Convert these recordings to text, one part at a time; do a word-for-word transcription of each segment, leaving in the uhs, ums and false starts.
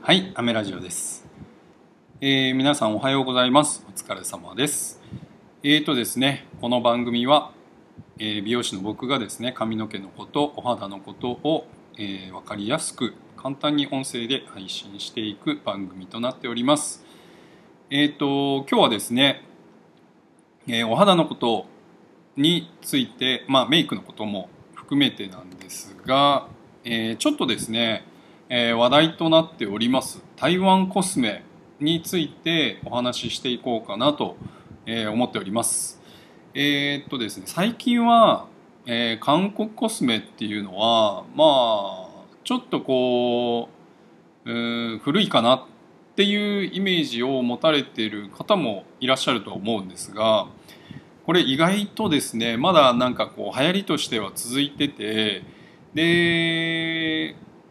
はい、アメラジオです。えー皆さんおはようございます。お疲れ様です。えーとですね、この番組は、えー美容師の僕がですね、髪の毛のこと、お肌のことを、えーわかりやすく簡単に音声で配信していく番組となっております。えーと、今日はですね、えーお肌のことについて、まあメイクのことも含めてなんですが、えーちょっとですね、えー話題となっております台湾コスメについてお話ししていこうかなと、えー思っております。えーっとですね、最近は、えー韓国コスメっていうのは、まあ、ちょっとこう、うーん古いかなっていうイメージを持たれている方もいらっしゃると思うんですが、これ意外とですねまだなんかこう流行りとしては続いてて、で、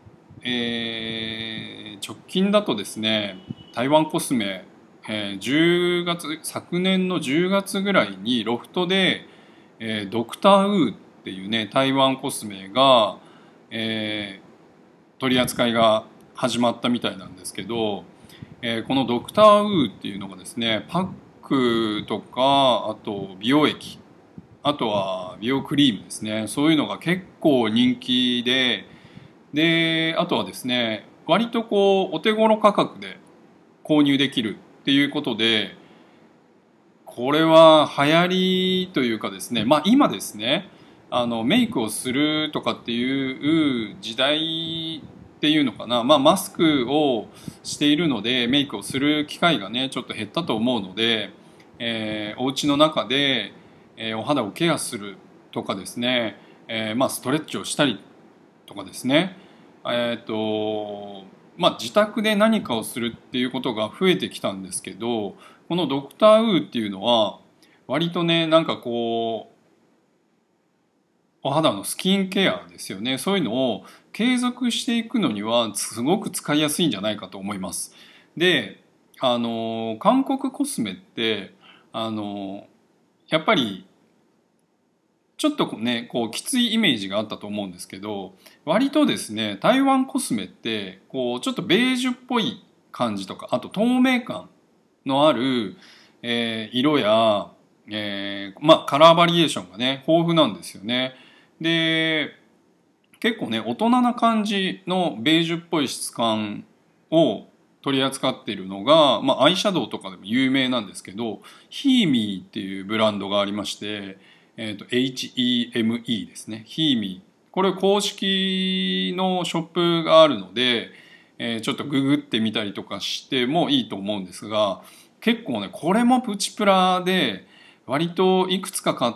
えー直近だとですね台湾コスメ、えーじゅうがつ昨年のじゅうがつぐらいにロフトで、えードクターウーっていうね台湾コスメが、えー取り扱いが始まったみたいなんですけど、えーこのドクターウーっていうのがですねパックとかあと美容液、あとは美容クリームですね、そういうのが結構人気で、であとはですね割とこうお手頃価格で購入できるっていうことで、これは流行りというかですね、まあ今ですねあのメイクをするとかっていう時代っていうのかな、まあマスクをしているのでメイクをする機会がねちょっと減ったと思うので、えーお家の中で、えーお肌をケアするとかですね、えーまあストレッチをしたりとかですね、えっとまあ自宅で何かをするっていうことが増えてきたんですけど、このドクターウーっていうのは割とねなんかこうお肌のスキンケアですよね、そういうのを継続していくのにはすごく使いやすいんじゃないかと思います。で、あの韓国コスメってあのやっぱりちょっとねこうきついイメージがあったと思うんですけど、割とですね台湾コスメってこうちょっとベージュっぽい感じとか、あと透明感のある、えー色や、えーまあ、カラーバリエーションがね豊富なんですよね。で結構ね大人な感じのベージュっぽい質感を取り扱っているのが、まあ、アイシャドウとかでも有名なんですけど、ヒーミーっていうブランドがありまして、えーと、エイチイーエムイー ですね、ヒーミー、これ公式のショップがあるので、えーちょっとググってみたりとかしてもいいと思うんですが、結構ねこれもプチプラで割といくつか買って、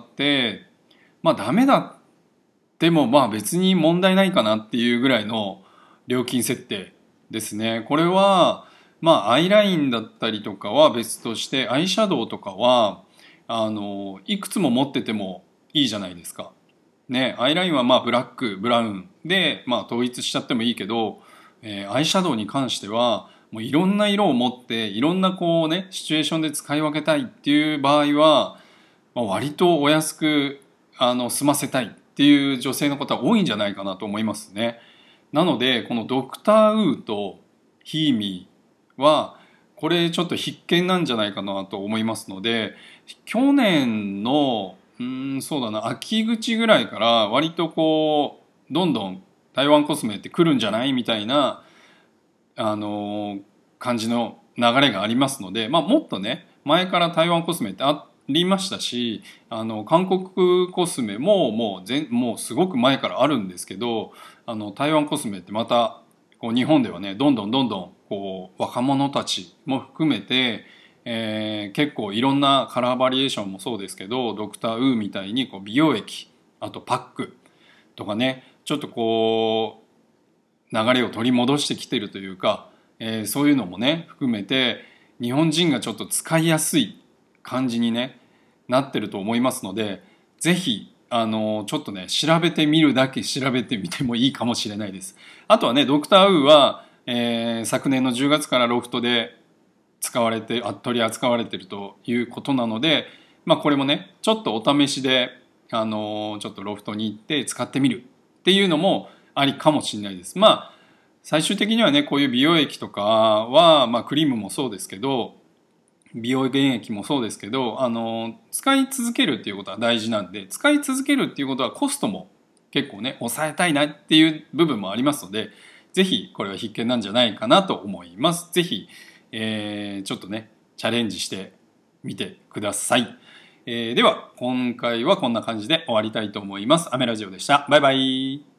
まあダメだでもまあ別に問題ないかなっていうぐらいの料金設定ですね。これはまあアイラインだったりとかは別として、アイシャドウとかはあのいくつも持っててもいいじゃないですか。ね、アイラインはまあブラックブラウンでまあ統一しちゃってもいいけど、えーアイシャドウに関してはもういろんな色を持っていろんなこうねシチュエーションで使い分けたいっていう場合は、まあ、割とお安くあの済ませたいっていう女性の方多いんじゃないかなと思いますね。なのでこのドクターウーとヒーミーはこれちょっと必見なんじゃないかなと思いますので、去年のうーんそうだな秋口ぐらいから割とこうどんどん台湾コスメって来るんじゃないみたいなあの感じの流れがありますので、まあ、もっとね前から台湾コスメってありましたし、あの韓国コスメももう全もうすごく前からあるんですけど、あの台湾コスメってまたこう日本ではねどんどんどんどんこう若者たちも含めて、えー結構いろんなカラーバリエーションもそうですけど、ドクターウーみたいにこう美容液、あとパックとかねちょっとこう流れを取り戻してきてるというか、えーそういうのもね含めて日本人がちょっと使いやすい感じに、ね、なってると思いますので、ぜひあのちょっとね調べてみるだけ調べてみてもいいかもしれないです。あとはねドクターウーは、えー昨年のじゅうがつからロフトで使われてあ取り扱われているということなので、まあ、これもねちょっとお試しであのちょっとロフトに行って使ってみるっていうのもありかもしれないです。まあ最終的にはね、こういう美容液とかは、まあ、クリームもそうですけど、美容原液もそうですけど、あの使い続けるっていうことは大事なんで、使い続けるっていうことはコストも結構ね抑えたいなっていう部分もありますので、ぜひこれは必見なんじゃないかなと思います。ぜひ、えーちょっとねチャレンジしてみてください。えーでは今回はこんな感じで終わりたいと思います。アメラジオでした。バイバイ。